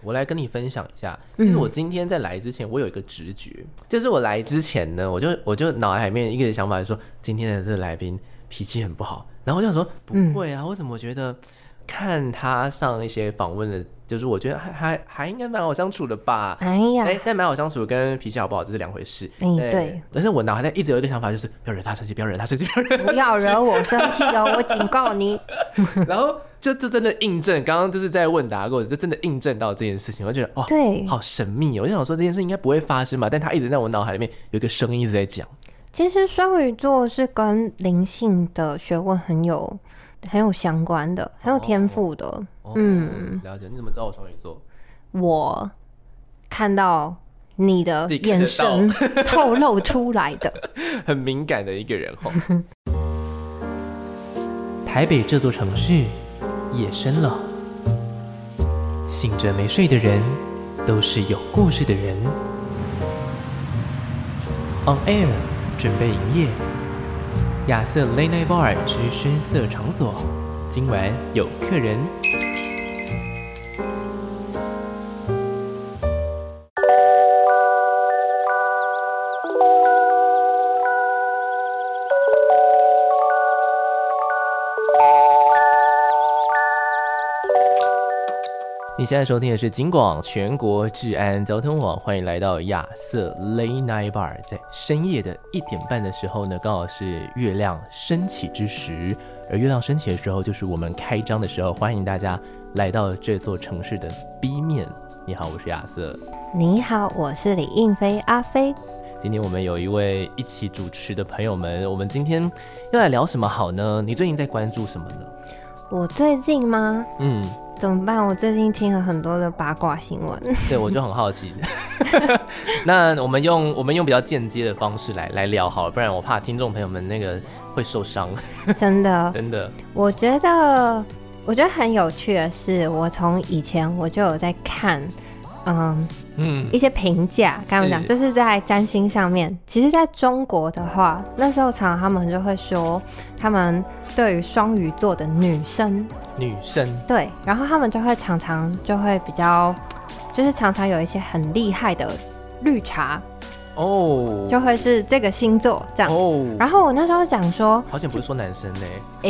我来跟你分享一下。其实我今天在来之前，我有一个直觉，就是我来之前呢，我就脑海里面一个想法，就是说今天的这个来宾脾气很不好，然后我就想说不会啊，我怎么觉得看他上一些访问的，就是我觉得还应该蛮好相处的吧。 哎呀， 但蛮好相处跟脾气好不好这是两回事。 对。 但是我脑海里一直有一个想法，就是不要惹他生气，不要惹他生气， 不要惹我生气哦，我警告你。 然后就真的印证，刚刚就是在问答过程，就真的印证到这件事情，我就觉得对， 好神秘哦。我就想说这件事应该不会发生嘛，但他一直在我脑海里面有一个声音一直在讲。 其实双鱼座是跟灵性的学问很有相关的，很有天赋的。 了解。你怎么知道我双鱼座？ 我看到你的眼神透露出来的， 很敏感的一个人吼。台北这座城市夜深了，醒着没睡的人都是有故事的人。On Air 准备营业，亚瑟 Late Night Bar 之深色场所，今晚有客人。你现在收听的是警广全国治安交通网，欢迎来到亚瑟 Late Night Bar。在深夜的1点半的时候呢，刚好是月亮升起之时，而月亮升起的时候就是我们开张的时候，欢迎大家来到这座城市的 B 面。你好，我是亚瑟。 你好，我是李映菲阿飞。 今天我们有一位一起主持的朋友们，我们今天要来聊什么好呢？你最近在关注什么呢？ 我最近吗？怎么办？我最近听了很多的八卦新闻。 对，我就很好奇。那我们用比较间接的方式来聊好了，不然我怕听众朋友们那个会受伤。 真的， 真的。我觉得很有趣的是，我从以前我就有在看。一些评价，刚刚讲就是在占星上面。其实在中国的话，那时候常常他们就会说，他们对于双鱼座的女生，对，然后他们就会常常就会比较，就是常常有一些很厉害的绿茶。就会是这个星座这样。然后我那时候讲说， 好像不是说男生呢。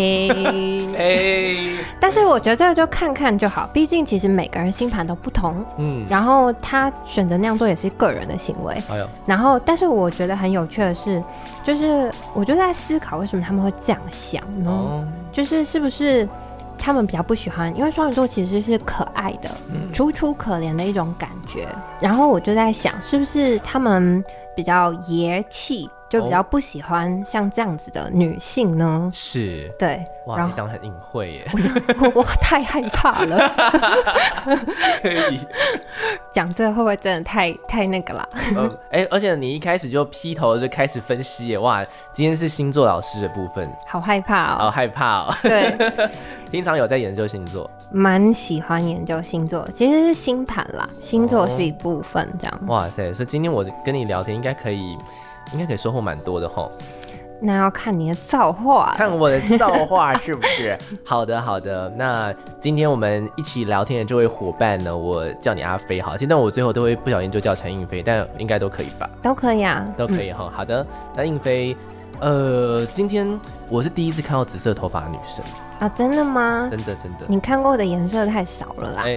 但是我觉得这个就看看就好，毕竟其实每个人星盘都不同。然后他选择那样做也是个人的行为。然后，但是我觉得很有趣的是，就是我就在思考为什么他们会这样想呢？就是是不是他们比较不喜欢，因为双鱼座其实是可爱的，楚楚可怜的一种感觉。然后我就在想，是不是他们比较爷气，就比较不喜欢像这样子的女性呢？ 是， 对。 哇，你讲得很隐晦耶。 我太害怕了。 可以讲这个会不会真的太那个啦？ 而且你一开始就劈头就开始分析耶，哇，今天是星座老师的部分， 好害怕哦， 好害怕哦。 对， 平常有在研究星座， 蛮喜欢研究星座，其实是星盘啦，星座是一部分这样。 哇塞，所以今天我跟你聊天应该可以收获蛮多的齁。 那要看你的造化， 看我的造化是不是？好的。那今天我们一起聊天的这位伙伴呢，我叫你阿飞好，现在我最后都会不小心就叫陈映菲，但应该都可以吧？ 都可以啊， 都可以哈。好的，那映菲，今天我是第一次看到紫色头发的女生啊，真的吗？ 真的。 你看过的颜色太少了啦。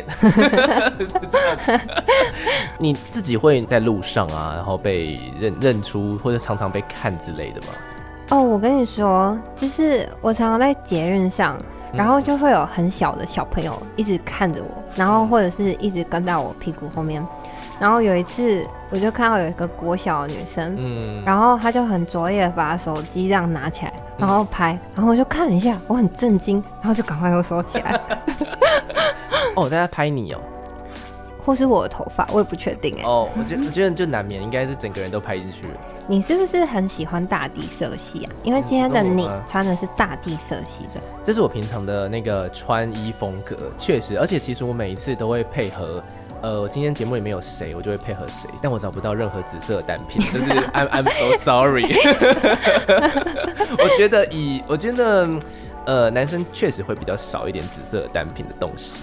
你自己会在路上啊，然后被认出，或者常常被看之类的吗？ 我跟你说，就是我常常在捷运上，然后就会有很小的小朋友一直看着我，然后或者是一直跟到我屁股后面。然后有一次，我就看到有一个国小的女生，然后她就很拙劣的把手机这样拿起来，然后拍，然后我就看了一下，我很震惊，然后就赶快又收起来。 大家拍你哦？ 或是我的头发，我也不确定哎。 我觉得就难免应该是整个人都拍进去了。 你是不是很喜欢大地色系啊？因为今天的你穿的是大地色系的。 这是我平常的那个穿衣风格，确实，而且其实我每一次都会配合。今天节目里面有谁，我就会配合谁，但我找不到任何紫色的单品，就是 I'm so sorry。我觉得男生确实会比较少一点紫色的单品的东西了。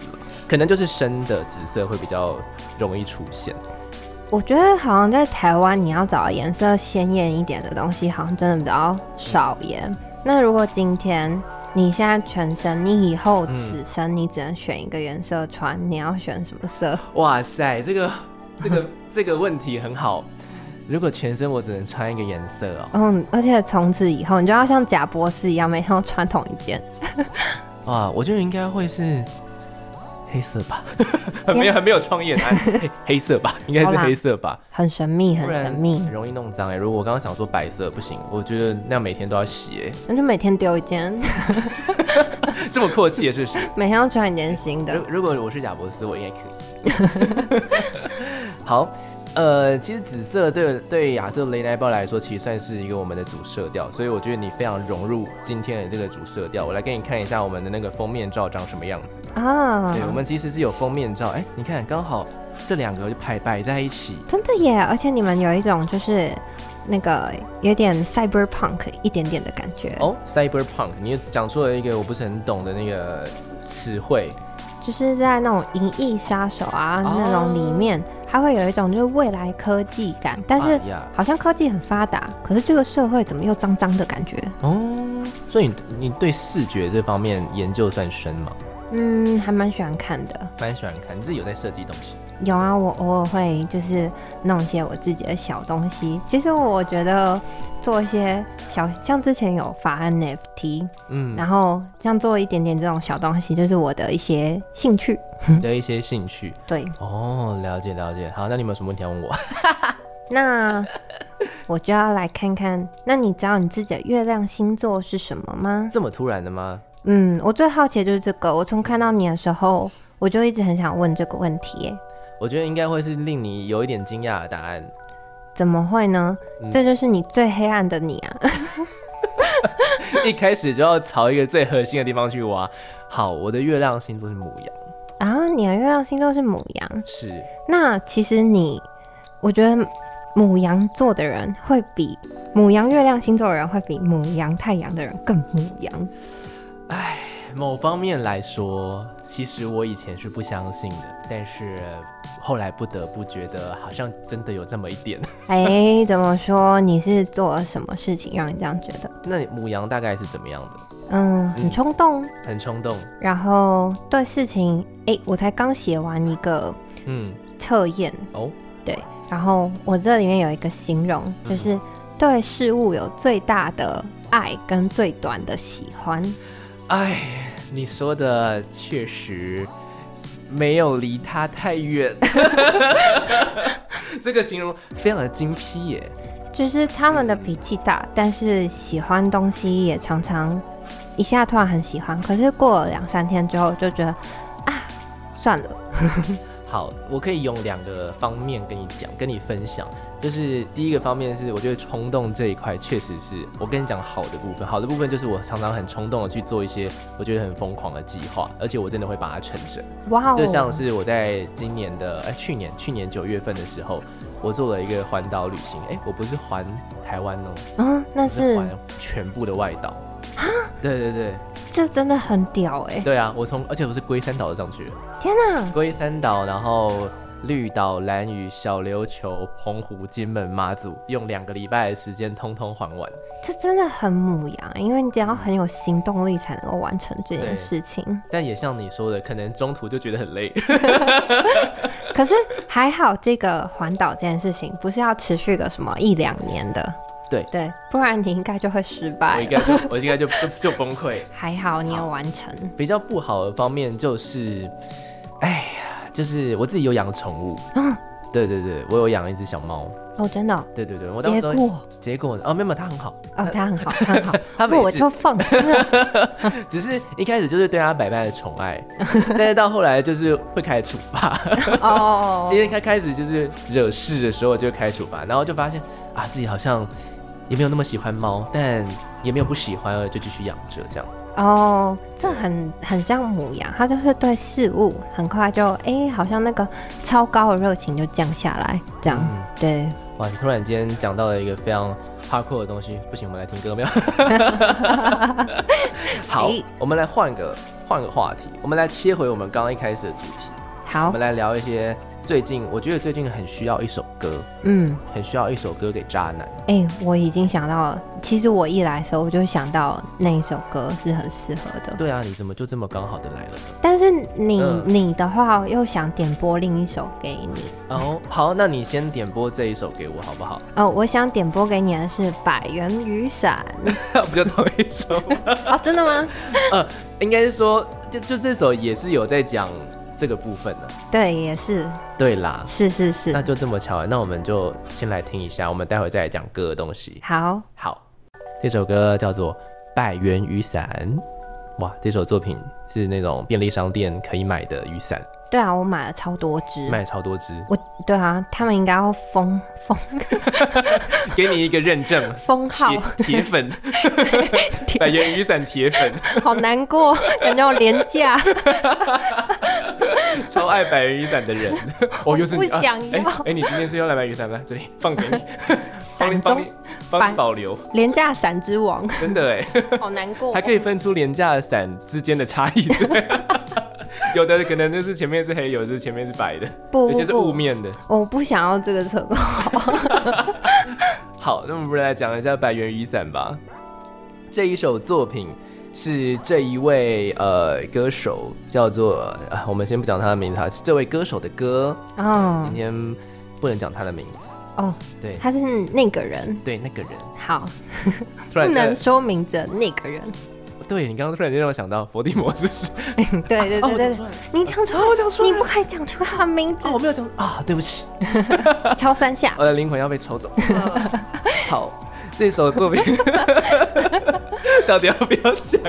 可能就是深的紫色会比较容易出现。 我觉得好像在台湾，你要找颜色鲜艳一点的东西，好像真的比较少耶。那如果今天你现在全身，你以后此生你只能选一个颜色穿，你要选什么色？ 哇塞，这个问题很好。如果全身我只能穿一个颜色而且从此以后你就要像贾博士一样，每天都穿同一件。 哇，我觉得应该会是黑色吧，很没有创意的答案，黑色吧，应该是黑色吧， 很神秘，很神秘， 很容易弄脏如果我刚刚想说白色不行，我觉得那样每天都要洗那就每天丢一件， 这么阔气是不是？ 每天要穿一件新的。 如果我是贾博士，我应该可以。好。其实紫色对亚瑟雷奈鲍来说，其实算是一个我们的主色调，所以我觉得你非常融入今天的这个主色调。我来给你看一下我们的那个封面照长什么样子啊？对，我们其实是有封面照，你看刚好这两个就摆在一起， 真的耶！而且你们有一种就是那个有点 cyberpunk 一点点的感觉 cyberpunk， 你讲出了一个我不是很懂的那个词汇。 就是在那种银翼杀手那种里面，它会有一种就是未来科技感，但是好像科技很发达，可是这个社会怎么又脏脏的感觉所以你对视觉这方面研究算深吗？ 还蛮喜欢看的。 蛮喜欢看，你自己有在设计东西？ 有啊，我偶尔会就是弄一些我自己的小东西。其实我觉得做一些像之前有发 NFT，然后像做一点点这种小东西，就是我的一些兴趣的一些兴趣。 对， 了解。好，那你有没有什么问题要问我？ 那我就要来看看，那你知道你自己的月亮星座是什么吗？ 这么突然的吗？ 我最好奇的就是这个。我从看到你的时候，我就一直很想问这个问题耶。 我觉得应该会是令你有一点惊讶的答案。 怎么会呢？这就是你最黑暗的你啊！ 一开始就要朝一个最核心的地方去挖。好，我的月亮星座是牡羊你的月亮星座是牡羊。 是。那其实我觉得牡羊座的人会比牡羊月亮星座的人会比牡羊太阳的人更牡羊。 某方面来说，其实我以前是不相信的，但是后来不得不觉得好像真的有这么一点。 怎么说？你是做了什么事情让你这样觉得？ 那牡羊大概是怎么样的？ 很冲动， 很冲动。 然后对事情，我才刚写完一个测验对，然后我这里面有一个形容，就是对事物有最大的爱跟最短的喜欢。 你说的确实没有离他太远。这个形容非常的精辟耶。 就是他们的脾气大，但是喜欢东西也常常一下突然很喜欢，可是过了2-3天之后就觉得算了。 好，我可以用2个方面跟你分享。就是第一个方面是，我觉得冲动这一块确实是我跟你讲好的部分。好的部分就是我常常很冲动的去做一些我觉得很疯狂的计划，而且我真的会把它成真。 哇！ 就像是我在今年的去年9月份的时候，我做了一个环岛旅行。我不是环台湾那是环全部的外岛。对， 这真的很屌对啊，而且我是龟山岛上去的。 天哪！ 龟山岛，然后绿岛、兰屿、小琉球、澎湖、金门、马祖，用2个礼拜的时间通通还完。 这真的很牡羊，因为你只要很有行动力才能够完成这件事情。 但也像你说的，可能中途就觉得很累。 可是还好，这个环岛这件事情不是要持续个什么1-2年的。对，不然你应该就会失败了。 我应该就崩溃。 还好你有完成。 比较不好的方面就是，就是我自己有养宠物。对，我有养一只小猫。真的对，我当时结果没有，它很好。 它很好， 它每次我就放心了。 只是一开始就是对它百般的宠爱，但是到后来就是会开始处罚。因为开始就是惹事的时候就会开始处罚，然后就发现自己好像也没有那么喜欢猫，但也没有不喜欢了，就继续养着这样。 这很像牡羊，它就是对事物很快就好像那个超高的热情就降下来，这样。对， 哇，你突然间讲到了一个非常 hardcore 的东西，不行，我们来听歌没有？好，我们来换个话题，我们来切回我们刚刚一开始的主题。 好， 我们来聊一些我觉得最近很需要一首歌，很需要一首歌给渣男。 我已经想到了，其实我一来的时候我就想到那一首歌是很适合的。 对啊，你怎么就这么刚好的来了呢？ 但是你的话又想点播另一首给你。 好，那你先点播这一首给我好不好？ 我想点播给你的是《百元雨伞》。 不就同一首吗？ 真的吗？ 应该是说，就这首也是有在讲这个部分的。 对，也是。 对啦， 是， 那就这么巧，那我们就先来听一下，我们待会再来讲歌的东西。 好， 这首歌叫做《百元雨伞》。哇，这首作品是那种便利商店可以买的雨伞。 对啊，我买了超多支。 买了超多支。 对啊，他们应该要封给你一个认证， 封号铁粉，百元雨伞铁粉。 好难过，感觉我廉价。 超爱百元雨伞的人。 我又是你不想要。 你今天是要来买雨伞吗？这里放给你，帮你保留。 廉价伞之王。 真的好难过。 还可以分出廉价的伞之间的差异。有的可能就是前面是黑，有的是前面是白的，有些是雾面的。 我不想要这个称号。 好，那我们来讲一下百元雨伞吧。这一首作品是这一位歌手叫做我们先不讲他的名字，是这位歌手的歌。今天不能讲他的名字。 对，他是那个人。对， 那个人。 好，不能说名字的那个人。 对，你刚刚突然间让我想到伏地魔，是不是？ 对，你讲出来，我讲出来，你不可以讲出他的名字。 我没有讲对不起。 敲3下， 我的灵魂要被抽走。好，这首作品到底要不要讲？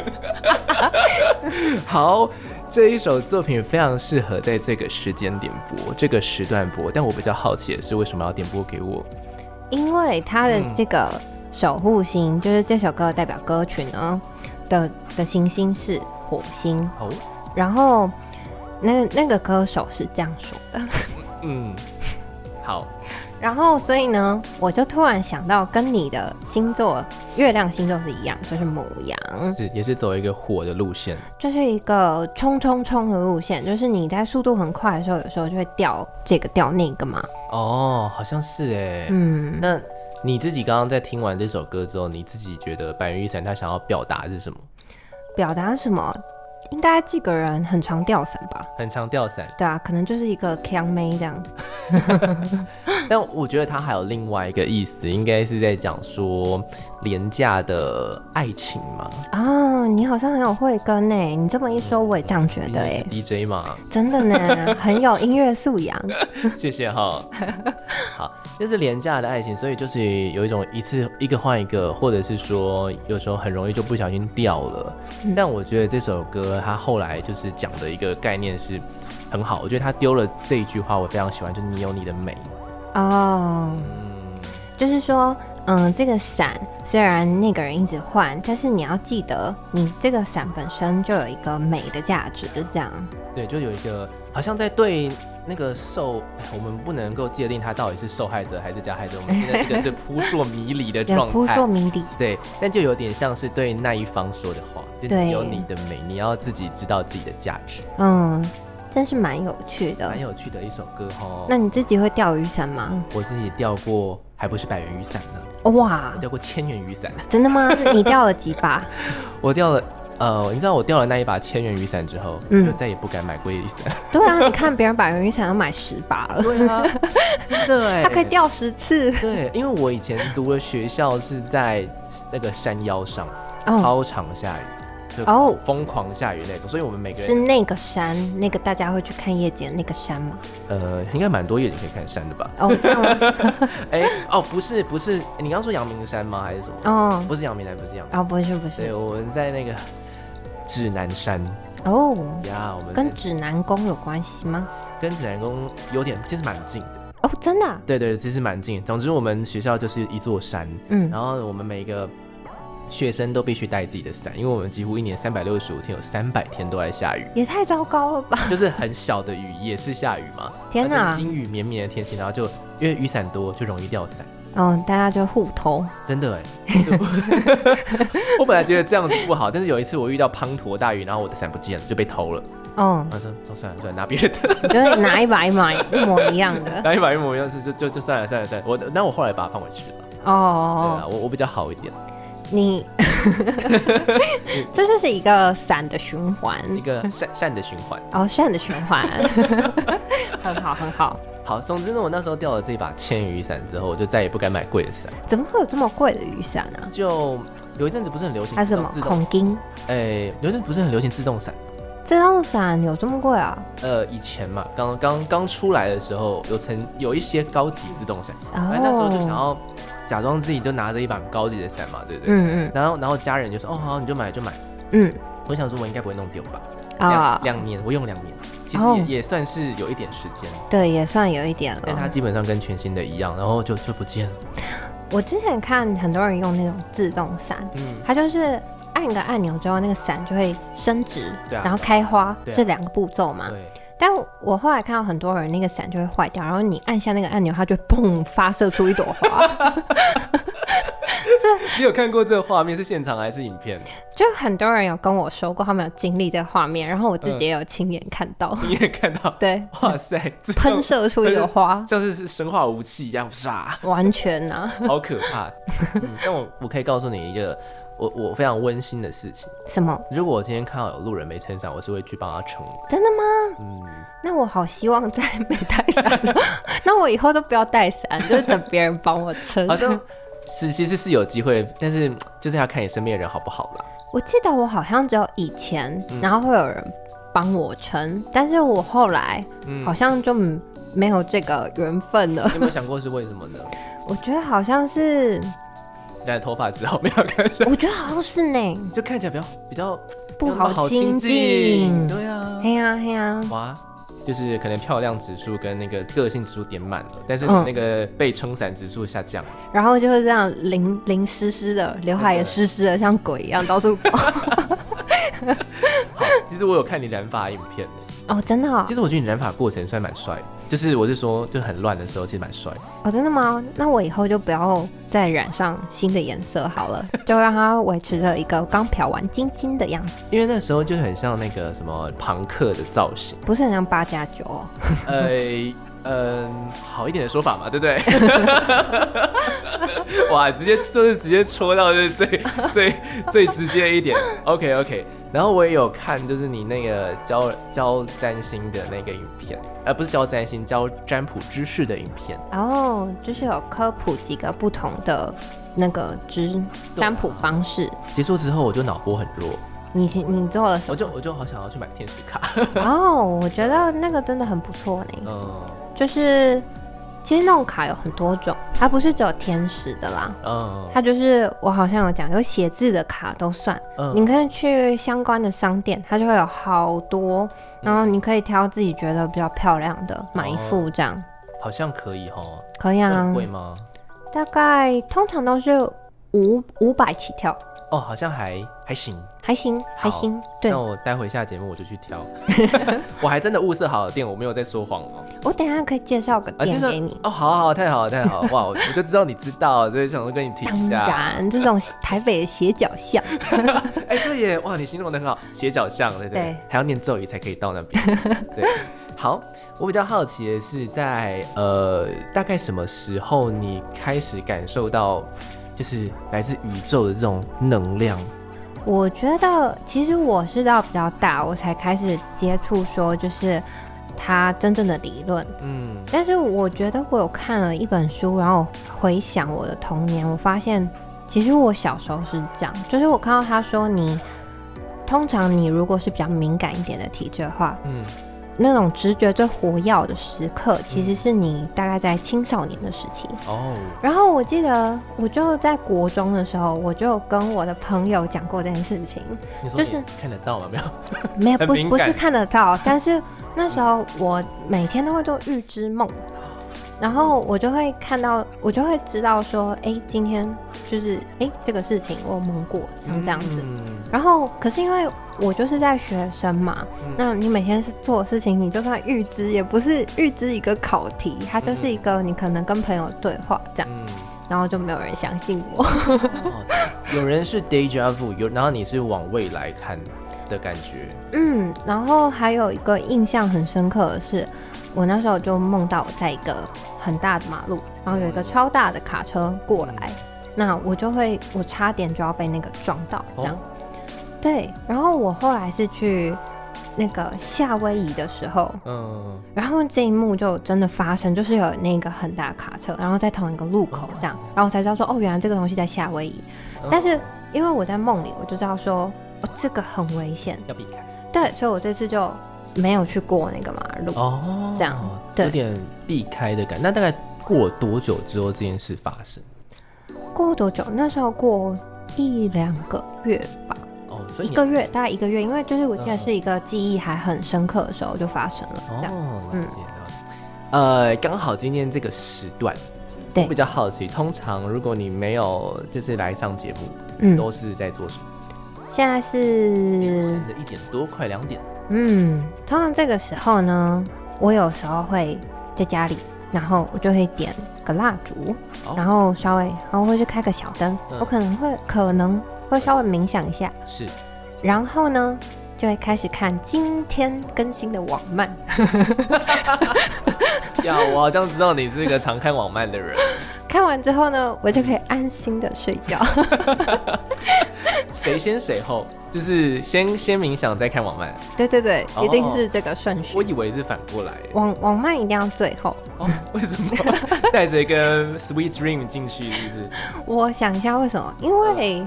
好，这一首作品非常适合在这个时间点播，这个时段播。但我比较好奇的是，为什么要点播给我？ 因为他的这个守护星，就是这首歌的代表歌曲呢。的行星是火星。然后那个歌手是这样说的。好。然后所以呢，我就突然想到，跟你的星座月亮星座是一样，就是牡羊， 也是走一个火的路线， 就是一个冲的路线，就是你在速度很快的时候，有时候就会掉这个掉那个嘛。 好像是那你自己刚刚在听完这首歌之后，你自己觉得百元雨伞他想要表达的是什么？ 表达什么？应该这个人很常吊伞吧？ 很常吊伞。 对啊，可能就是一个强妹这样。 但我觉得他还有另外一个意思，应该是在讲说廉价的爱情嘛。 你好像很有慧根耶，你这么一说，我也这样觉得耶。 DJ 嘛， 真的呢，很有音乐素养。 谢谢哈。好，就是廉价的爱情，所以就是有一种一个换一个，或者是说有时候很容易就不小心掉了。但我觉得这首歌他后来就是讲的一个概念是很好，我觉得他丢了这一句话，我非常喜欢，就是你有你的美。 就是说这个伞虽然那个人一直换，但是你要记得你这个伞本身就有一个美的价值，就是这样。对， 就有一个好像在对那个我们不能够界定他到底是受害者还是加害者，我们现在这个是扑朔迷离的状态。 扑朔迷离。 对，但就有点像是对那一方说的话，就你有你的美，你要自己知道自己的价值。 真是蛮有趣的， 蛮有趣的一首歌齁。 那你自己会钓雨伞吗？ 我自己钓过，还不是百元雨伞呢。 哇， 我钓过1000元雨伞。 真的吗？你钓了几把？ 我钓了你知道我钓了那一把1000元雨伞之后，就再也不敢买贵雨伞。 对啊，你看别人百元雨伞要买10把了。 对啊，真的他可以钓10次。 对，因为我以前读的学校是在那个山腰上，超常下雨。疯狂下雨那种，所以我们每个人是那个山，那个大家会去看夜景的那个山吗？ 应该蛮多夜景可以看山的吧？ 这样吗？ 不是，你刚刚说阳明山吗？还是什么？不是阳明山，不是阳明山。 不是。 对，我们在那个指南山。 我们跟指南宫有关系吗？ 跟指南宫有点，其实蛮近的。 真的？ 对，其实蛮近。总之，我们学校就是一座山。然后我们每一个学生都必须带自己的伞，因为我们几乎一年365天有300天都在下雨， 也太糟糕了吧？ 就是很小的雨也是下雨嘛。 天哪！ 阴雨绵绵的天气，然后就因为雨伞多，就容易掉伞。 大家就互偷。真的我本来觉得这样子不好，但是有一次我遇到滂沱大雨，然后我的伞不见了，就被偷了。我说算了，拿别人的。 你就拿一把一模一样的， 拿一把一模一样是就算了。但我后来把它放回去了。对啊，我比较好一点。 你这就是一个伞的循环， 一个善的循环。 善的循环，很好很好。 好，总之呢，我那时候掉了这把铅雨伞之后，我就再也不敢买贵的伞。 怎么会有这么贵的雨伞啊？ 就有一阵子不是很流行它是什么孔钉？ 有一阵子不是很流行自动伞。 自动伞有这么贵啊？ 以前嘛，刚出来的时候，有一些高级自动伞，那时候就想要假装自己就拿着一把很高级的伞嘛，对不对？然后家人就说好，你就买。我想说我应该不会弄丢吧。2年，我用2年，其实也算是有一点时间。 对，也算有一点了。 但它基本上跟全新的一样，然后就不见了。 我之前看很多人用那种自动伞，它就是按个按钮之后，那个伞就会伸直，然后开花，是2个步骤嘛。对。但我后来看到很多人那个伞就会坏掉，然后你按下那个按钮，它就砰发射出一朵花。 你有看过这个画面是现场还是影片？ 就很多人有跟我说过他们有经历这个画面，然后我自己也有亲眼看到。 亲眼看到？ 对。 哇塞， 喷射出一朵花， 像是生化武器一样， 完全啊， 好可怕。但我可以告诉你一个我非常温馨的事情。 什么？ 如果我今天看到有路人没撑伞，我是会去帮他撑的。 真的吗？那我好希望在没带伞那我以后都不要带伞，就是等别人帮我撑。 好像其实是有机会，但是就是要看你身边的人好不好啦。 我记得我好像只有以前，然后会有人帮我撑，但是我后来好像就没有这个缘分了。 你有没有想过是为什么呢？ 我觉得好像是染头发之后没有看起来， 我觉得好像是呢， 就看起来比较不好亲近。 对啊， 嘿呀， 哇。就是可能漂亮指数跟那个个性指数点满了，但是你那个被撑伞指数下降， 然后就是这样淋湿湿的，刘海也湿湿的，像鬼一样到处走。 好，其实我有看你染发影片真的其实我觉得你染发过程算蛮帅的，就是我是说就很乱的时候其实蛮帅真的吗？那我以后就不要再染上新的颜色好了，就让它维持着一个刚漂完金金的样子。 因为那时候就很像那个什么朋克的造型， 不是很像8+9 好一点的说法嘛，对不对？哇，直接戳到就是最直接一点。OK， 然后我也有看，就是你那个教占星的那个影片，不是教占星，教占卜知识的影片。 就是有科普几个不同的那个占卜方式。 结束之后我就脑波很弱。 你做了什么？ 我就好想要去买天使卡。 我觉得那个真的很不错呢。就是其实那种卡有很多种，它不是只有天使的啦。它就是我好像有讲，有写字的卡都算。你可以去相关的商店，它就会有好多，然后你可以挑自己觉得比较漂亮的，买一副这样。 好像可以可以啊。 很贵吗？ 大概通常都是500起跳。 好像还行。 对， 那我待会下节目我就去挑。我还真的物色好了店，我没有在说谎我等一下可以介绍个店给你。 好，太好了！哇，我就知道你知道，所以想说跟你提一下。 当然，这种台北的斜角巷。 对耶，哇，你形容得很好，斜角巷，对，还要念咒语才可以到那边。对，好，我比较好奇的是在大概什么时候你开始感受到就是来自宇宙的这种能量？ 我觉得其实我是到比较大我才开始接触说就是它真正的理论。但是我觉得我有看了一本书，然后回想我的童年，我发现其实我小时候是这样，就是我看到他说通常你如果是比较敏感一点的体质的话，那种直觉最活跃的时刻其实是你大概在青少年的时期。然后我记得我就在国中的时候，我就跟我的朋友讲过这件事情。 你说就是看得到吗？ 没有不是看得到，但是那时候我每天都会做预知梦。 然后我就会看到，我就会知道说，今天就是这个事情我有梦过，像这样子。然后可是因为我就是在学生嘛，那你每天是做的事情，你就算预知，也不是预知一个考题，它就是一个你可能跟朋友对话这样。然后就没有人相信我。 有人是 déjà vu， 然后你是往未来看的感觉。 然后还有一个印象很深刻的是，我那时候就梦到我在一个很大的马路，然后有一个超大的卡车过来，那我差点就要被那个撞到这样。对，然后我后来是去那个夏威夷的时候，然后这一幕就真的发生，就是有那个很大的卡车，然后在同一个路口这样，然后我才知道说，原来这个东西在夏威夷。但是因为我在梦里，我就知道说，这个很危险， 要避开。 对，所以我这次就没有去过那个马路。这样，对， 有点避开的感觉。那大概过多久之后这件事发生？ 过多久？那时候过1-2个月吧。1个月，大概1个月，因为就是我记得是一个记忆还很深刻的时候就发生了。这样，刚好今天这个时段，我比较好奇，通常如果你没有就是来上节目，都是在做什么？ 现在是 1点多，快2点。 通常这个时候呢，我有时候会在家里，然后我就会点个蜡烛，然后会去开个小灯，我可能会稍微冥想一下， 是， 然后呢，就会开始看今天更新的网漫。 我好像知道你是一个常看网漫的人。 看完之后呢，我就可以安心的睡觉。 谁先谁后？就是先冥想再看网漫。 对，一定是这个顺序。 我以为是反过来。 网漫一定要最后。 为什么？带着一个 sweet dream 进去，是不是？ 我想一下为什么？因为。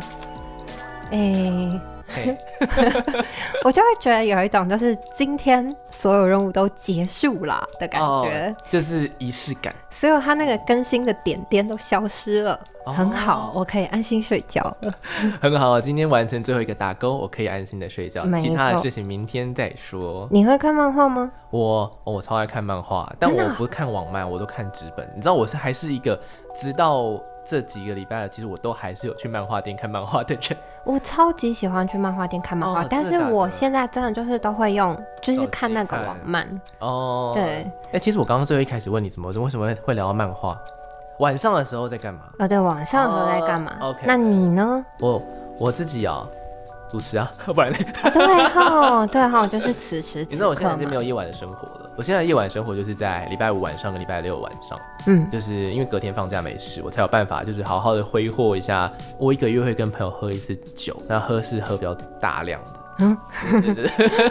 我就会觉得有一种就是今天所有任务都结束啦的感觉， 就是仪式感， 所有它那个更新的点点都消失了，很好，我可以安心睡觉了。 很好，今天完成最后一个打勾，我可以安心的睡觉，其他的事情明天再说。 你会看漫画吗？ 我超爱看漫画，但我不看网漫，我都看纸本。你知道我还是一个直到这几个礼拜，其实我都还是有去漫画店看漫画的人。 我超级喜欢去漫画店看漫画，但是我现在真的就是都会用，就是看那个网漫。对。 其实我刚刚最后一开始问你为什么会聊到漫画？晚上的时候在干嘛？ 对，晚上的时候在干嘛？那你呢？ 我自己主持啊，不然对，就是此时此刻。 你知道我现在已经没有夜晚的生活了。我现在夜晚生活就是在礼拜5晚上跟礼拜6晚上，就是因为隔天放假没事，我才有办法就是好好的挥霍一下。我1个月会跟朋友喝1次酒，那喝是喝比较大量的。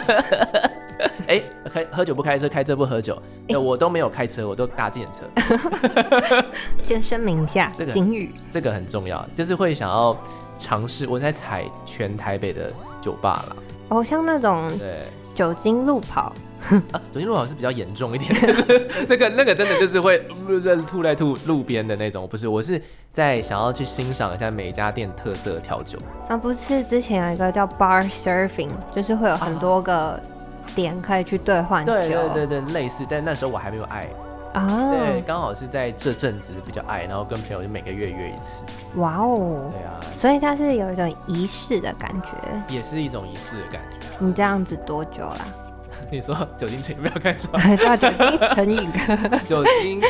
喝酒不开车，开车不喝酒。我都没有开车，我都搭计程车。 先声明一下，这个警语， 这个很重要，就是会想要尝试。我在踩全台北的酒吧啦。 像那种酒精路跑。 酒精路跑是比较严重一点的。那个真的就是会吐在路边的那种，不是，我是在想要去欣赏一下每一家店特色的调酒。 不是之前有一个叫 bar surfing， 就是会有很多个点可以去兑换酒。 对，类似，但那时候我还没有爱。对，刚好是在这阵子比较爱，然后跟朋友就每个月约1次。 哇哦！ 对啊， 所以它是有一种仪式的感觉， 也是一种仪式的感觉。 你这样子多久啦？ 你说酒精成瘾不要开玩笑。酒精成瘾。 酒精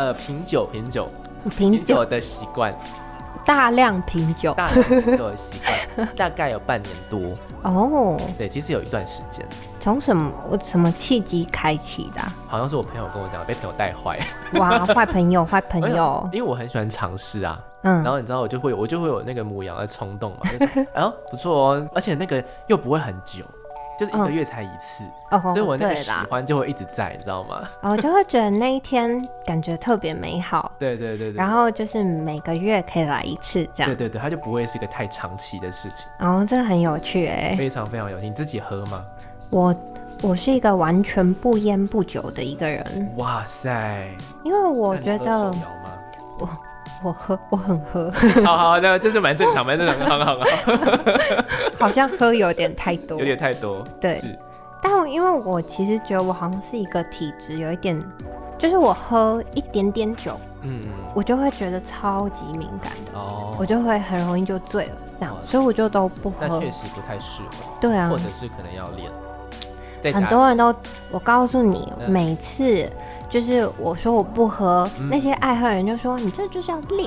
品酒的习惯。 大量品酒的习惯，大概有半年多。对，其实有一段时间。 从什么契机开启的？ 好像是我朋友跟我讲，被朋友带坏。 哇，坏朋友。 因为我很喜欢尝试啊。然后你知道我就会有那个母羊的冲动嘛，就是不错哦，而且那个又不会很久。就是1个月才1次，所以我那个喜欢就会一直在，你知道吗？ 我就会觉得那一天感觉特别美好。 对。 然后就是每个月可以来1次这样。 对，它就不会是一个太长期的事情。 这个很有趣非常非常有趣。你自己喝吗？ 我是一个完全不烟不酒的一个人。 哇塞！ 因为我觉得我很喝。 好，那就是蛮正常，好。 好像喝有点太多， 有点太多。 对，但因为我其实觉得我好像是一个体质有一点就是我喝一点点酒，我就会觉得超级敏感的，我就会很容易就醉了，这样，所以我就都不喝。 那确实不太适合。 对啊， 或者是可能要练。 很多人都，我告诉你，每次就是我说我不喝，那些爱喝的人就说你这就是要练。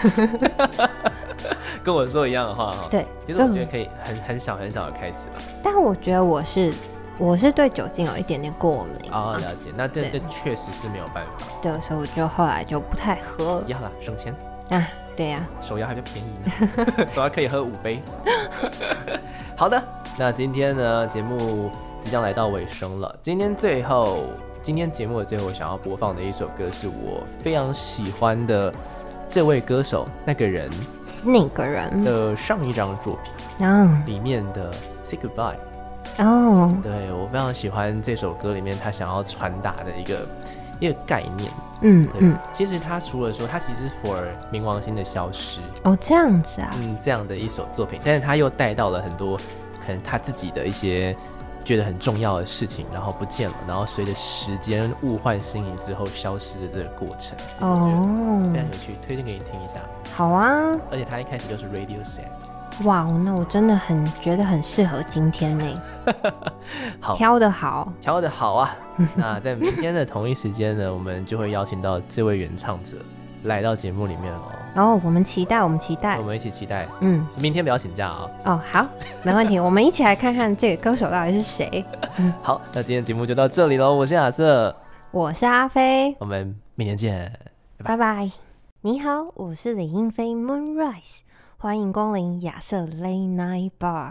跟我说一样的话哈。 对， 其实我觉得可以很小的开始了。 但我觉得我是对酒精有一点点过敏。 了解，那这确实是没有办法。 对，所以我就后来就不太喝。 要啦，省钱啊。对呀， 手摇还比较便宜呢，手摇可以喝5杯。好的，那今天呢，节目即将来到尾声了。今天节目的最后，我想要播放的一首歌是我非常喜欢的这位歌手那个人的上一张作品里面的 Say Goodbye。对，我非常喜欢这首歌里面他想要传达的一个概念。其实他除了说他其实是 for 冥王星的消失这样子啊， 这样的一首作品，但是他又带到了很多可能他自己的一些觉得很重要的事情，然后不见了，然后随着时间物换星移之后消失的这个过程，非常有趣，推荐给你听一下。 好啊， 而且他一开始就是 Radiohead。 哇，那我真的觉得很适合今天呢。好，挑得好啊。那在明天的同一时间呢，我们就会邀请到这位原唱者来到节目里面哦。 我们期待，我们一起期待。明天不要请假啊。 好，没问题。我们一起来看看这个歌手到底是谁。 好，那今天节目就到这里咯。我是亚瑟， 我是阿飞， 我们明天见， 拜拜。你好，我是李英飞 Moonrise。欢迎光临亚瑟 Late Night Bar。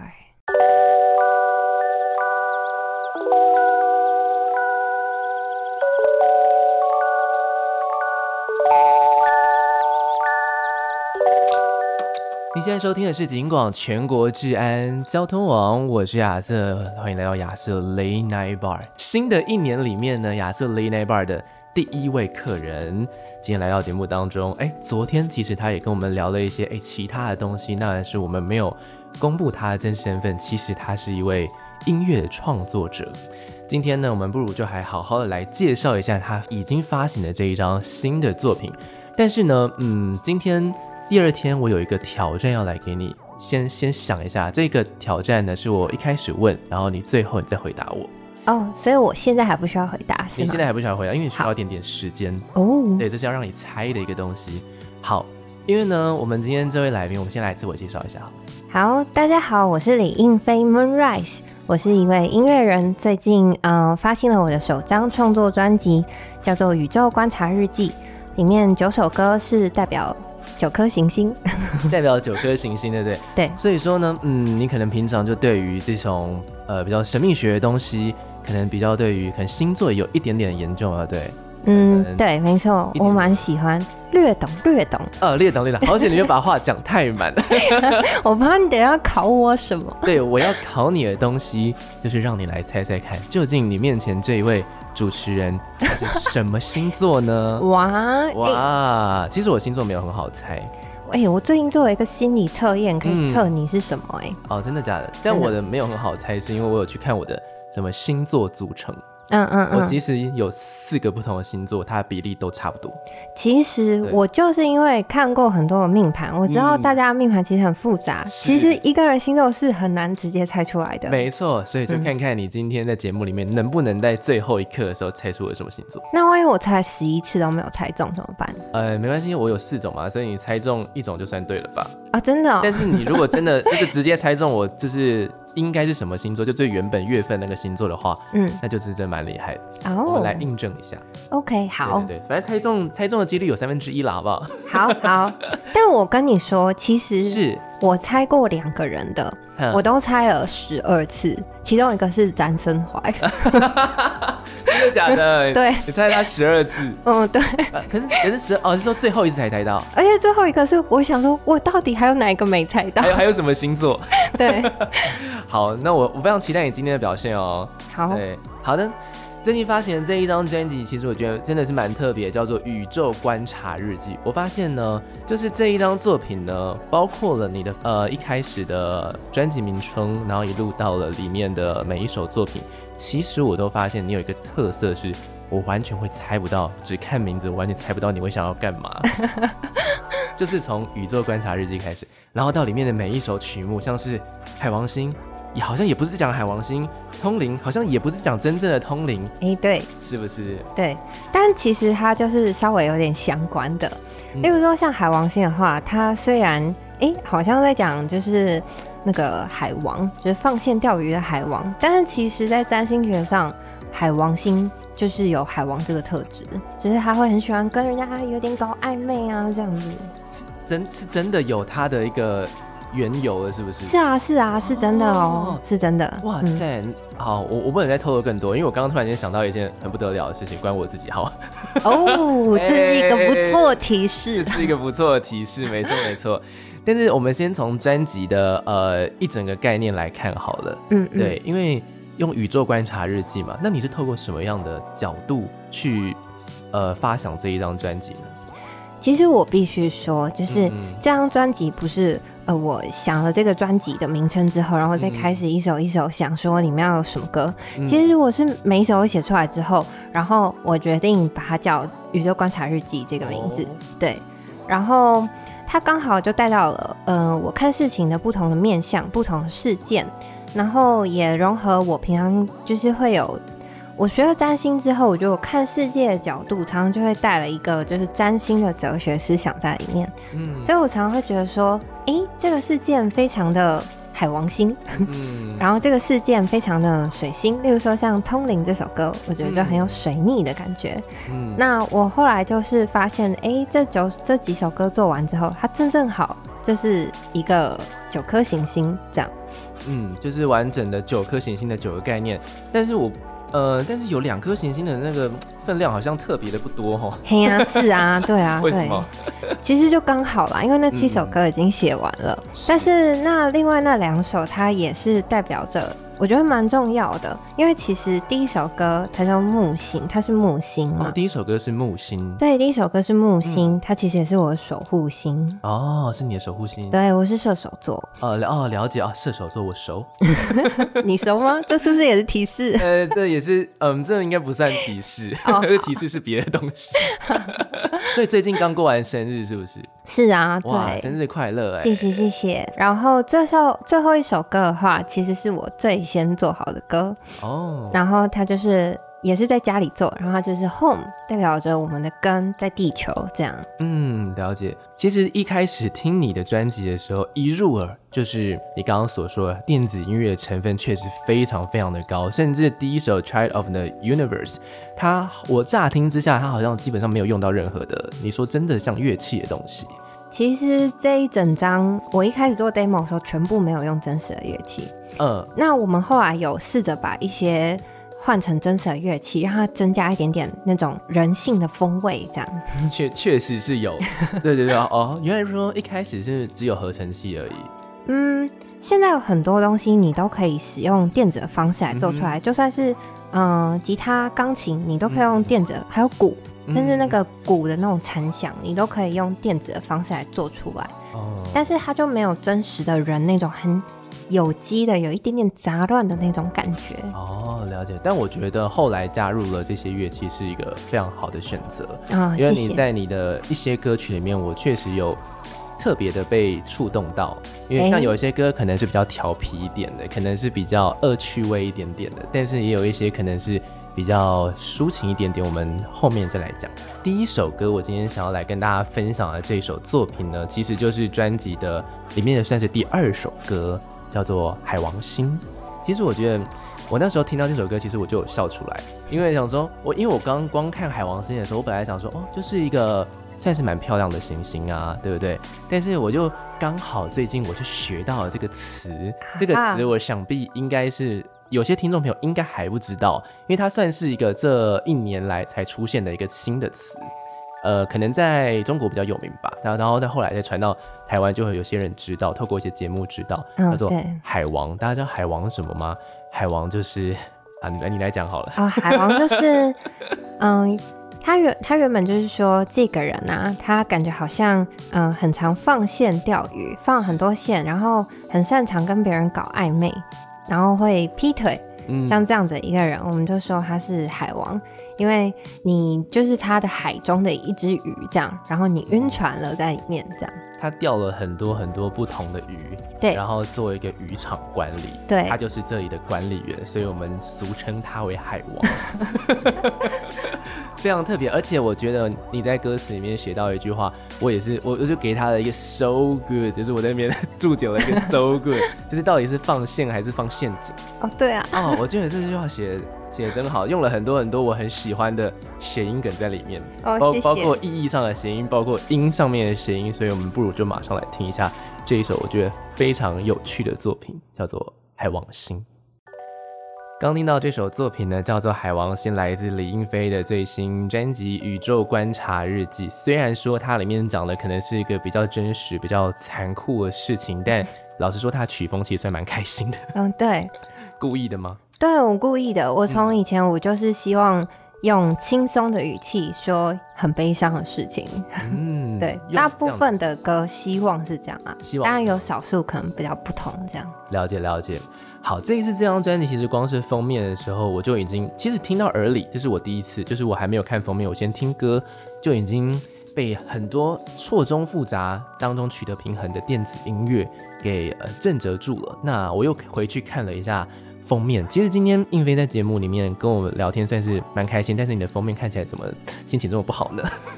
你现在收听的是警广全国治安交通网，我是亚瑟，欢迎来到亚瑟 Late Night Bar。新的一年里面呢，亚瑟 Late Night Bar 的第一位客人今天来到节目当中，昨天其实他也跟我们聊了一些其他的东西，那是我们没有公布他的真实身份，其实他是一位音乐的创作者。今天呢，我们不如就还好好的来介绍一下他已经发行的这一张新的作品。但是呢，今天第二天我有一个挑战要来给你，先想一下，这个挑战呢是我一开始问，然后最后你再回答我。 所以我现在还不需要回答是吗？ 你现在还不需要回答，因为你需要一点点时间对，这是要让你猜的一个东西。好，因为呢，我们今天这位来宾，我们先来自我介绍一下。 好，大家好，我是李映飞 Moonrise， 我是一位音乐人，最近发行了我的首张创作专辑，叫做《宇宙观察日记》，里面9首歌是代表9颗行星， 代表9颗行星，对不对？ 对。 所以说呢，你可能平常就对于这种比较神秘学的东西，可能比较对于可能星座有一点点研究啊，对。 对，没错，我蛮喜欢，略懂。略懂。好险你就把话讲太满。 我怕你等一下考我什么？ 对，我要考你的东西就是让你来猜猜看，究竟你面前这一位主持人是什么星座呢？哇，其实我星座没有很好猜。 我最近做了一个心理测验，可以测你是什么真的假的？但我的没有很好猜，是因为我有去看我的什么星座组成。我其实有4个不同的星座，它的比例都差不多。 其实我就是因为看过很多的命盘，我知道大家的命盘其实很复杂，其实一个人星座是很难直接猜出来的。 没错，所以就看看你今天在节目里面能不能在最后一刻的时候猜出了什么星座。 那万一我猜11次都没有猜中怎么办？ 没关系，我有4种嘛，所以你猜中1种就算对了吧？ 真的但是你如果真的就是直接猜中我就是应该是什么星座，就最原本月份那个星座的话，那就是真蛮厉害的。我们来印证一下。 OK， 好， 对，反正猜中的几率有1/3了，好不好？ 好。但我跟你说，其实是我猜过2个人的，我都猜了12次，其中一个是詹森怀。 真的假的？ 对， 你猜他12次。 对。 可是是说最后一次才猜到， 而且最后一个是我想说，我到底还有哪一个没猜到？ 还有什么星座？ 对。 好，那我非常期待你今天的表现哦。好的。最近发行的这一张专辑，其实我觉得真的是蛮特别，叫做《宇宙观察日记》。我发现呢，就是这一张作品呢，包括了你的一开始的专辑名称，然后一路到了里面的每一首作品，其实我都发现你有一个特色是， 我完全会猜不到，只看名字我完全猜不到你会想要干嘛。就是从宇宙观察日记开始，然后到里面的每一首曲目，像是海王星好像也不是讲海王星，通灵好像也不是讲真正的通灵， 对， 是不是？ 对，但其实它就是稍微有点相关的。例如说像海王星的话，它虽然好像在讲就是那个海王，就是放线钓鱼的海王，但是其实在占星学上，海王星就是有海王这个特质，就是他会很喜欢跟人家有点搞暧昧啊，这样子。 是真的有他的一个缘由了，是不是？ 是啊，是真的哦，是真的。 哇塞，好，我不能再透露更多，因为我刚刚突然间想到一件很不得了的事情，关我自己好。 哦，这是一个不错提示， 这是一个不错的提示，没错没错。但是我们先从专辑的一整个概念来看好了，对，因为用宇宙观察日记嘛，那你是透过什么样的角度去发想这一张专辑呢？ 其实我必须说，就是这张专辑不是我想了这个专辑的名称之后，然后再开始一首一首想说里面要有什么歌。其实我是每一首都写出来之后，然后我决定把它叫宇宙观察日记这个名字，对，然后它刚好就带到了我看事情的不同的面向、不同的事件，然后也融合我平常就是会有。我学了占星之后，我觉得我看世界的角度常常就会带了一个就是占星的哲学思想在里面，所以我常常会觉得说，这个事件非常的海王星，然后这个事件非常的水星，例如说像《通灵》这首歌，我觉得就很有水逆的感觉。那我后来就是发现，这几首歌做完之后，它正好就是一个9颗行星这样。 就是完整的9颗行星的9个概念，但是有2颗行星的那个分量好像特别的不多哦。 嘿呀，是啊，对啊， 为什么？ 其实就刚好啦，因为那7首歌已经写完了，但是那另外那2首它也是代表着。我觉得蛮重要的，因为其实第一首歌它叫木星，它是木星嘛。 第一首歌是木星。 对，第一首歌是木星，它其实也是我的守护星。 是你的守护星。 对，我是射手座。 了解啊，射手座我熟。 你熟吗？这是不是也是提示？ 这也是，这应该不算提示，提示是别的东西。所以最近刚过完生日，是不是？ 是啊，对， 哇，生日快乐！ 谢谢。然后最后一首歌的话，其实是我最先做好的歌然后它就是也是在家里做，然后它就是 home， 代表着我们的根在地球这样。 了解。其实一开始听你的专辑的时候，一入耳就是你刚刚所说的电子音乐的成分确实非常非常的高，甚至第一首 Child of the Universe， 我乍听之下，它好像基本上没有用到任何的你说真的像乐器的东西。 其实这一整张我一开始做 demo 的时候全部没有用真实的乐器，那我们后来有试着把一些换成真实的乐器，让它增加一点点那种人性的风味这样。 确实是有。对原来说一开始是只有合成器而已。 现在有很多东西你都可以使用电子的方式来做出来，就算是吉他、钢琴你都可以用电子，还有鼓，甚至那个鼓的那种残响你都可以用电子的方式来做出来。但是它就没有真实的人那种很有机的有一点点杂乱的那种感觉。 了解。但我觉得后来加入了这些乐器是一个非常好的选择。因为你在你的一些歌曲里面，我确实有特别的被触动到，因为像有一些歌可能是比较调皮一点的，可能是比较恶趣味一点点的，但是也有一些可能是比较抒情一点点，我们后面再来讲。第一首歌我今天想要来跟大家分享的这首作品呢，其实就是专辑的里面的算是第2首歌，叫做《海王星》。其实我觉得我那时候听到这首歌，其实我就有笑出来，因为想说因为我刚光看海王星的时候，我本来想说就是一个算是蛮漂亮的行星啊，对不对？但是我就刚好最近我就学到了这个词，这个词我想必应该是有些听众朋友应该还不知道，因为它算是一个这1年来才出现的一个新的词。可能在中国比较有名吧，然后后来再传到台湾，就会有些人知道，透过一些节目知道，叫做海王。大家知道海王是什么吗？海王就是你来讲好了。 海王就是他原本就是说这个人啊，他感觉好像很常放线钓鱼，放很多线，然后很擅长跟别人搞暧昧，然后会劈腿，像这样子一个人，我们就说他是海王。 因为你就是它的海中的一只鱼这样，然后你晕船了在里面这样。 他钓了很多很多不同的鱼， 对， 然后做一个渔场管理， 对， 他就是这里的管理员，所以我们俗称他为海王。非常特别，而且我觉得你在歌词里面写到一句话，我就给他了一个 so good， 就是我在那边注解了一个 so good， 就是到底是放线还是放陷阱？ 哦，对啊， 哦，我觉得这句话写得真好，用了很多很多我很喜欢的谐音梗在里面，包括意义上的谐音，包括音上面的谐音，所以我们不如就马上来听一下这一首我觉得非常有趣的作品，叫做《海王星》。刚听到这首作品呢，叫做《海王星》，来自李英飞的最新专辑《宇宙观察日记》。虽然说它里面讲的可能是一个比较真实、比较残酷的事情，但老实说，它曲风其实算蛮开心的。对，故意的吗？ 对，我故意的。我从以前我就是希望用轻松的语气说很悲伤的事情。对，大部分的歌希望是这样啊，当然有少数可能比较不同这样。 了解。好，这一次这张专辑其实光是封面的时候，我就已经其实听到耳里，这是我第一次，就是我还没有看封面，我先听歌就已经被很多错综复杂当中取得平衡的电子音乐给震慑住了。那我又回去看了一下封面，其实今天映飞在节目里面跟我们聊天算是蛮开心，但是你的封面看起来怎么心情这么不好呢？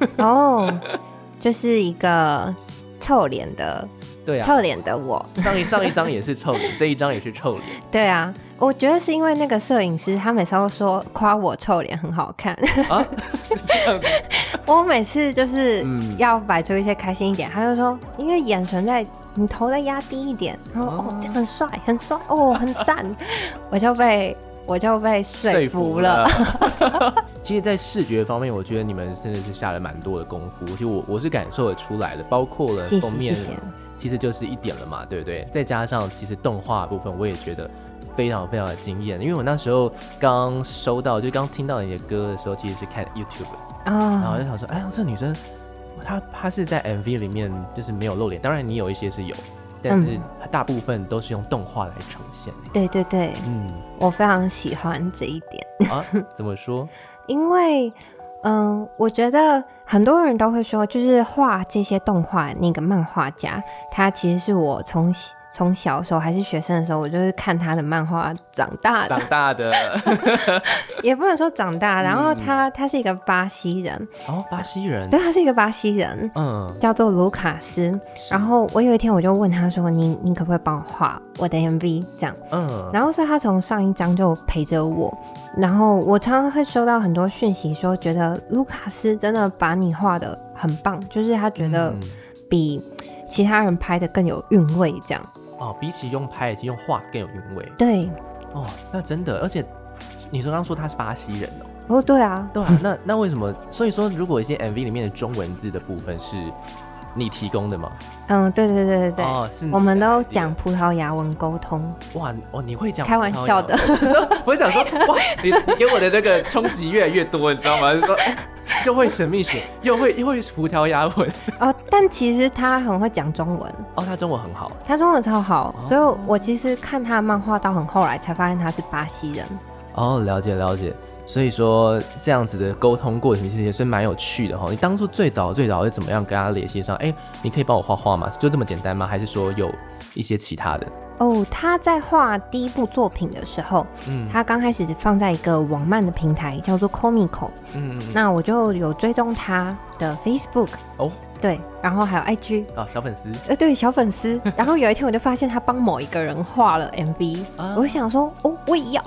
就是一个臭脸的。 对啊， 臭脸的我， 上一张也是臭脸，这一张也是臭脸。 对啊，我觉得是因为那个摄影师他每次都说夸我臭脸很好看啊， 是这样子。 我每次就是要摆出一些开心一点，他就说因为眼神在你头再压低一点，然后这样很帅很帅很赞，我就被说服了。 其实，在视觉方面，我觉得你们真的是下了蛮多的功夫，就我是感受得出来的，包括了封面。 谢谢。 其实就是一点了嘛，对不对？再加上其实动画部分，我也觉得非常非常的惊艳。因为我那时候刚收到，就刚听到你的歌的时候，其实是看 YouTube，然后我就想说，哎呀，这女生她是在 MV 里面就是没有露脸，当然你有一些是有，但是大部分都是用动画来呈现。 对，我非常喜欢这一点啊。怎么说？ 因为我觉得很多人都会说，就是画这些动画那个漫画家，他其实是我从小时候还是学生的时候，我就是看他的漫画长大的，也不能说长大。然后他是一个巴西人， 巴西人， 对，他是一个巴西人，叫做卢卡斯。然后我有一天我就问他说，你可不可以帮我画我的 MV 这样？然后所以他从上一张就陪着我，然后我常常会收到很多讯息说，觉得卢卡斯真的把你画得很棒，就是他觉得比其他人拍的更有韵味这样。 比起用拍，其实用画更有韵味。 对， 那真的，而且你刚刚说他是巴西人对啊， 那为什么？所以说，如果一些 MV 里面的中文字的部分是你提供的吗？ 对，我们都讲葡萄牙文沟通。 哇，你会讲？ 开玩笑的。 我想说，哇，你给我的这个冲击越来越多，你知道吗？就说又会神秘学，又会葡萄牙文。 但其实他很会讲中文。 他中文很好。 他中文超好，所以我其实看他的漫画到很后来才发现他是巴西人。了解。所以说这样子的沟通过程其实也是蛮有趣的。你当初最早是怎么样跟他联系上？你可以帮我画画吗？就这么简单吗？还是说有一些其他的？ 他在画第一部作品的时候，他刚开始放在一个网漫的平台叫做 Comico，那我就有追踪他的 Facebook，对，然后还有 IG， 小粉丝， 对，小粉丝。然后有一天我就发现他帮某一个人画了 MV，我就想说，我也要。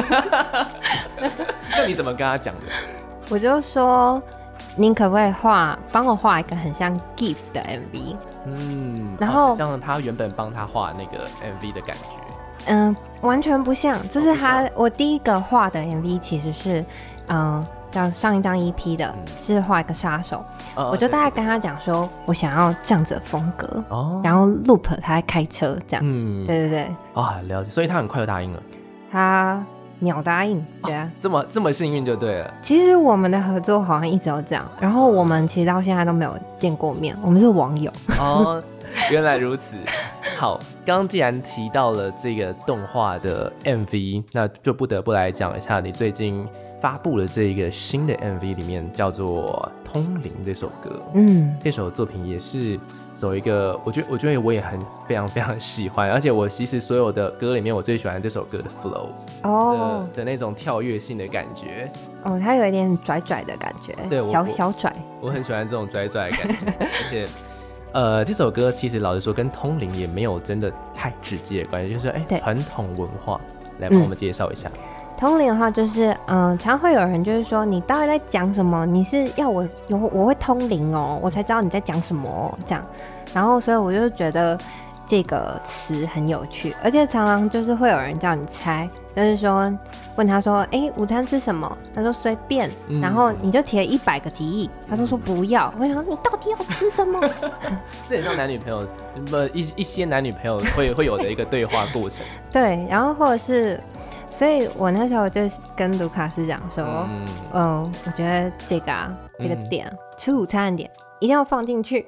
那你怎么跟他讲的？ 我就说，您可不可以帮我画一个很像 GIF 的 MV？然后像他原本帮他画那个 MV 的感觉， 完全不像。这是我第一个画的 MV，其实是叫上一张 EP 的，是画一个杀手。我就大概跟他讲说，我想要这样子的风格，然后 loop 他在开车这样。对。 了解。所以他很快就答应了。 他秒答应，对啊， 这么幸运就对了。 其实我们的合作好像一直都这样，然后我们其实到现在都没有见过面，我们是网友。 原来如此。 好，刚刚既然提到了这个动画的 MV， 那就不得不来讲一下你最近发布了这个新的 MV， 里面叫做《通灵》这首歌。这首作品也是走一个，我觉得我也非常非常喜欢，而且我其实所有的歌里面，我最喜欢这首歌的 flow 的那种跳跃性的感觉。 它有一点拽拽的感觉，对，小拽。 我很喜欢这种拽拽的感觉，而且。这首歌其实老实说跟通灵也没有真的太直接的关系，就是传统文化，来帮我们介绍一下。 通灵的话就是常会有人就是说你到底在讲什么，你是要我会通灵哦，我才知道你在讲什么这样。然后所以我就觉得这个词很有趣，而且常常就是会有人叫你猜，就是说问他说午餐吃什么，他说随便，然后你就提了100个提议，他都说不要，我想你到底要吃什么？ 这很像男女朋友一些男女朋友会有的一个对话过程。 对，然后或者是所以我那时候就跟卢卡斯讲说我觉得这个点吃午餐的点一定要放进去。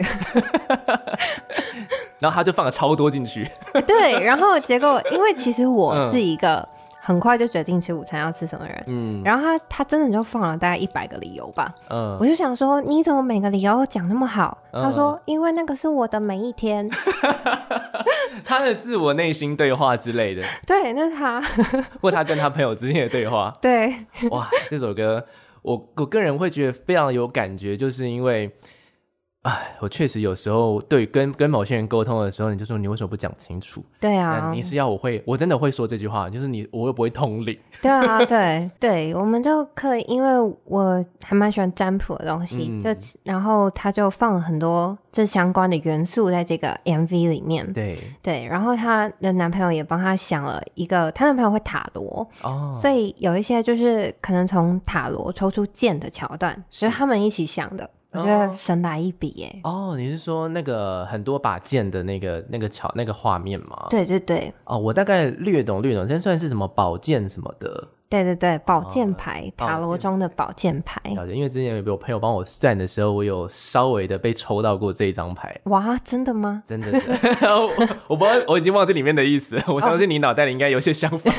然后他就放了超多进去。 对，然后结果因为其实我是一个很快就决定吃午餐要吃什么人，然后他真的就放了大概100个理由吧，我就想说你怎么每个理由都讲那么好？他说因为那个是我的每一天。 他的自我内心对话之类的。 对，那是他或他跟他朋友之间的对话。 对， 哇，这首歌我个人会觉得非常有感觉，就是因为我确实有时候对跟某些人沟通的时候，你就说你为什么不讲清楚？ 对啊， 你是要我真的会说这句话，就是我又不会通灵。 对啊，对，我们就可以，因为我还蛮喜欢占卜的东西，然后他就放了很多这相关的元素在这个 MV 里面。对，然后她的男朋友也帮她想了一个，她男朋友会塔罗所以有一些就是可能从塔罗抽出剑的桥段，就是他们一起想的。我觉得神来一笔耶！ 你是说那个很多把剑的那个画面吗？ 对。 我大概略懂，这算是什么宝剑什么的？ 对，宝剑牌，塔罗中的宝剑牌。 因为之前有朋友帮我算的时候，我有稍微的被抽到过这一张牌。 哇，真的吗？ 真的。我不知道，我已经忘记里面的意思了。我相信你脑袋里应该有些想法。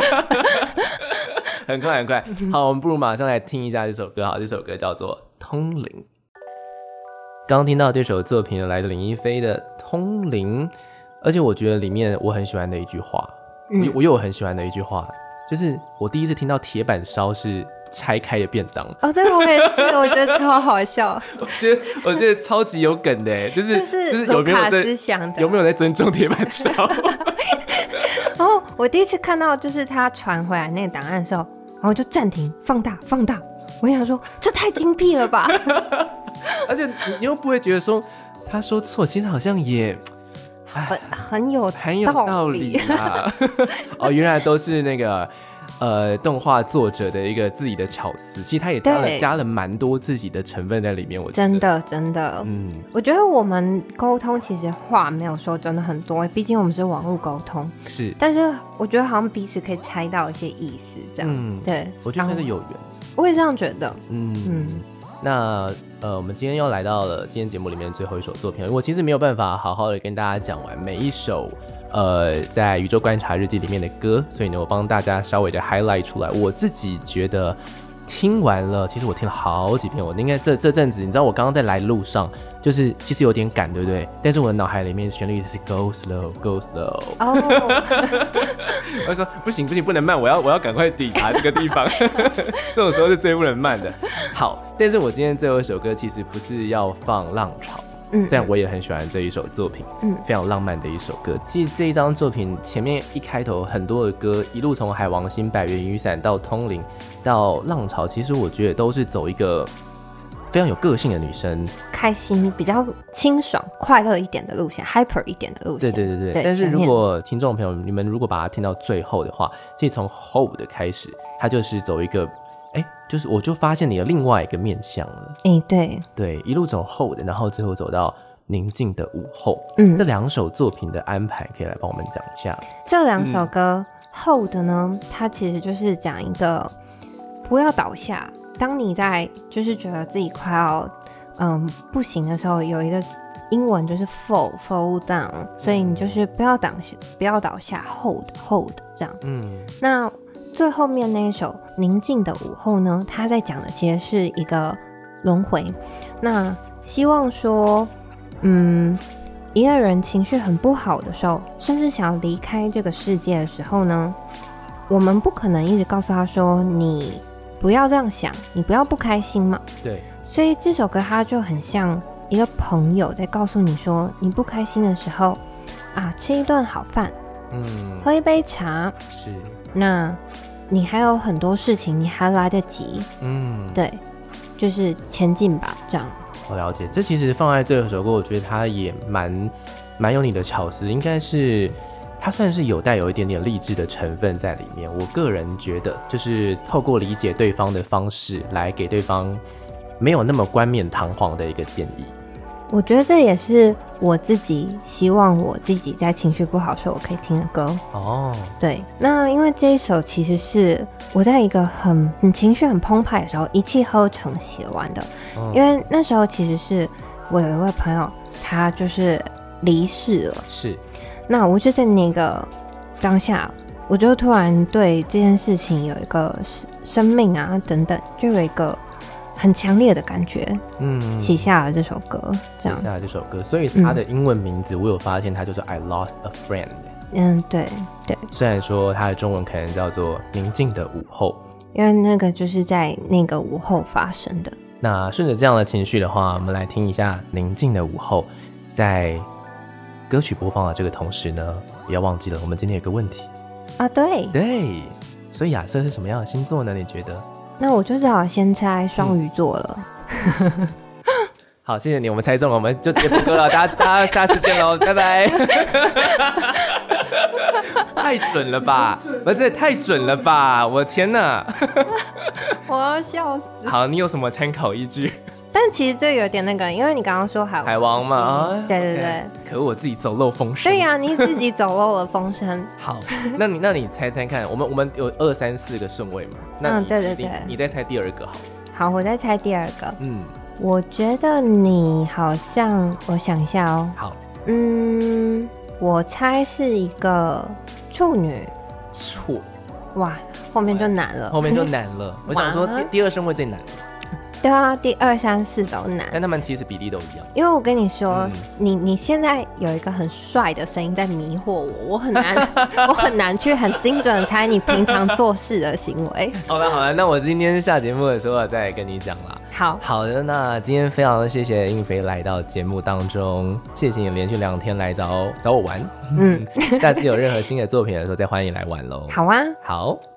很快。好，我们不如马上来听一下这首歌。好，这首歌叫做《通灵》。刚听到这首作品来自林一菲的《通灵》，而且我觉得里面我很喜欢的一句话，我又有很喜欢的一句话，就是我第一次听到铁板烧是拆开的便当。 对，我也是，我觉得超好笑。 我觉得超级有梗的，就是有没有在尊重铁板烧？ 然后我第一次看到就是他传回来那个档案的时候，然后就暂停放大，我想说这太精辟了吧。 而且你又不会觉得说他说错，其实好像也很有道理啊。原来都是那个动画作者的一个自己的巧思，其实他也加了蛮多自己的成分在里面。我觉得真的，我觉得我们沟通其实话没有说真的很多，毕竟我们是网络沟通， 是， 但是我觉得好像彼此可以猜到一些意思，这样，对， 我觉得是有缘， 我也这样觉得， 那我们今天又来到了今天节目里面最后一首作品，我其实没有办法好好的跟大家讲完每一首在宇宙观察日记里面的歌，所以呢我帮大家稍微的 highlight 出来。我自己觉得听完了，其实我听了好几遍，我应该这阵子，你知道我刚刚在来的路上就是其实有点赶，对不对？但是我的脑海里面旋律是 go slow go slow。我说不行，不能慢，我要赶快抵达这个地方。这种时候是最不能慢的。好，但是我今天最后一首歌其实不是要放浪潮，虽然我也很喜欢这一首作品，非常浪漫的一首歌。其实这一张作品前面一开头很多的歌，一路从海王星、百元雨伞到通灵到浪潮，其实我觉得都是走一个非常有个性的女生， 开心、比较清爽、快乐一点的路线 ，hyper 一点的路线。 对。但是如果听众朋友你们如果把它听到最后的话，其实从 Hold 开始，它就是走一个，就是我就发现你的另外一个面向了。对，一路走 Hold， 然后最后走到宁静的午后。这两首作品的安排可以来帮我们讲一下。 这两首歌 Hold 呢，它其实就是讲一个不要倒下。当你在就是觉得自己快要不行的时候，有一个英文就是 fall down， 所以你就是不要倒下 hold 这样。那最后面那一首宁静的午后呢，他在讲的其实是一个轮回。那希望说一个人情绪很不好的时候，甚至想要离开这个世界的时候呢，我们不可能一直告诉他说你不要这样想，你不要不开心嘛。 对， 所以这首歌它就很像一个朋友在告诉你说，你不开心的时候啊，吃一顿好饭，喝一杯茶， 是，那你还有很多事情你还来得及，对，就是前进吧，这样。 我了解，这其实放在这首歌，我觉得它也蛮有你的巧思，应该是它算是有带有一点点励志的成分在里面。我个人觉得，就是透过理解对方的方式来给对方没有那么冠冕堂皇的一个建议。 我觉得这也是我自己希望我自己在情绪不好的时候我可以听的歌。对，那因为这一首其实是我在一个很情绪很澎湃的时候一气呵成写完的。因为那时候其实是我有一位朋友，他就是离世了。 是， 那我就在那个当下，我就突然对这件事情有一个生命啊等等，就有一个很强烈的感觉，写下了这首歌，这样写下了这首歌，所以它的英文名字我有发现，它就是 I Lost a Friend。 对。 虽然说它的中文可能叫做宁静的午后， 因为那个就是在那个午后发生的。 那顺着这样的情绪的话，我们来听一下宁静的午后。在歌曲播放的这个同时呢，不要忘记了我们今天有个问题啊，对， 所以亚瑟是什么样的星座呢？你觉得？ 那我就只好先猜双鱼座了。 好，谢谢你，我们猜中了，我们就直接播歌了，大家下次见喽，拜拜。太准了吧？不是太准了吧？我的天哪！ 我要笑死。 好，你有什么参考依据？ 但其实这有点那个，因为你刚刚说海王嘛， 对。 可我自己走漏风声。 对呀，你自己走漏了风声。 好，那你猜猜看，我们有2、3、4个顺位嘛？那对， 你再猜第二个好。 好，我再猜第二个。我觉得你好像，我想一下哦。 好， 我猜是一个处女。 错。 哇，后面就难了。 我想说第二顺位最难。 对啊，第2、3、4都难， 但他们其实比例都一样。 因为我跟你说，你现在有一个很帅的声音在迷惑我，我很难去很精准的猜你平常做事的行为。 好了，那我今天下节目的时候再跟你讲啦。好的，那今天非常谢谢映菲来到节目当中，谢谢你连续2天来找我玩。下次有任何新的作品的时候再欢迎来玩咯。 好啊， 好。